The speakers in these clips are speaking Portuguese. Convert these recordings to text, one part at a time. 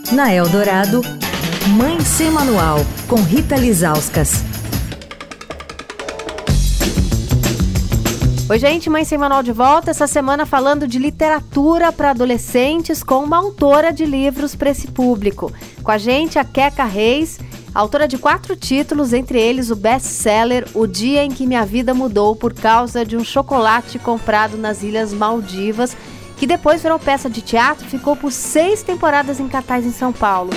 Na Eldorado, Mãe Sem Manual, com Rita Lizauskas. Oi, gente, Mãe Sem Manual de volta. Essa semana falando de literatura para adolescentes com uma autora de livros para esse público. Com a gente, a Queca Reis, autora de 4 títulos, entre eles o best-seller O Dia em que Minha Vida Mudou por causa de um chocolate comprado nas Ilhas Maldivas, que depois virou peça de teatro e ficou por 6 temporadas em cartaz em São Paulo.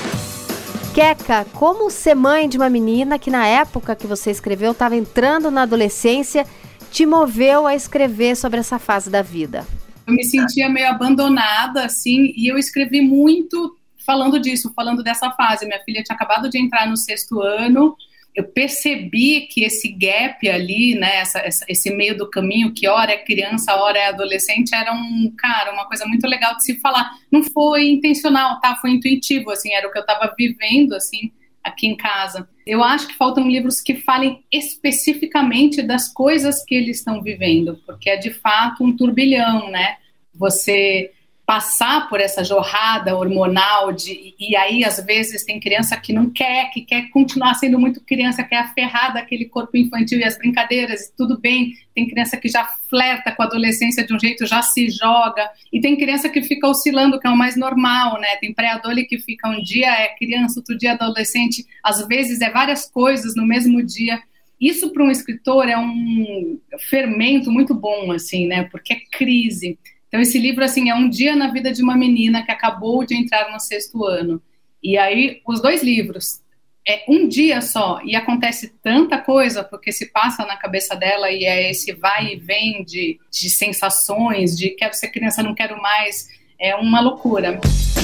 Queca, como ser mãe de uma menina que na época que você escreveu estava entrando na adolescência, te moveu a escrever sobre essa fase da vida? Eu me sentia meio abandonada, assim, e eu escrevi muito falando disso, falando dessa fase. Minha filha tinha acabado de entrar no 6º ano, eu percebi que esse gap ali, né, esse meio do caminho, que hora é criança, hora é adolescente, era uma coisa muito legal de se falar. Não foi intencional, tá? Foi intuitivo, assim, era o que eu estava vivendo, assim, aqui em casa. Eu acho que faltam livros que falem especificamente das coisas que eles estão vivendo, porque é de fato um turbilhão, né? Você passar por essa jorrada hormonal e aí às vezes tem criança que não quer, que quer continuar sendo muito criança, quer aferrar daquele corpo infantil e as brincadeiras, e tudo bem. Tem criança que já flerta com a adolescência de um jeito, já se joga, e tem criança que fica oscilando, que é o mais normal, né? Tem pré-adolescente que fica um dia é criança, outro dia é adolescente, às vezes é várias coisas no mesmo dia. Isso para um escritor é um fermento muito bom, assim, né? Porque é crise. Então esse livro, assim, é um dia na vida de uma menina que acabou de entrar no 6º ano. E aí, os 2 livros, é um dia só, e acontece tanta coisa, porque se passa na cabeça dela, e é esse vai e vem de sensações, de quero ser criança, não quero mais, é uma loucura.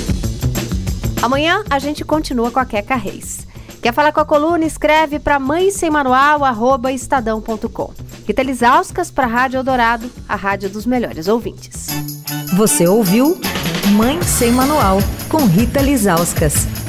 Amanhã a gente continua com a Queca Reis. Quer falar com a coluna? Escreve para mãesemmanual@estadão.com. Rita Lizauskas para a Rádio Eldorado, a rádio dos melhores ouvintes. Você ouviu Mãe Sem Manual, com Rita Lizauskas.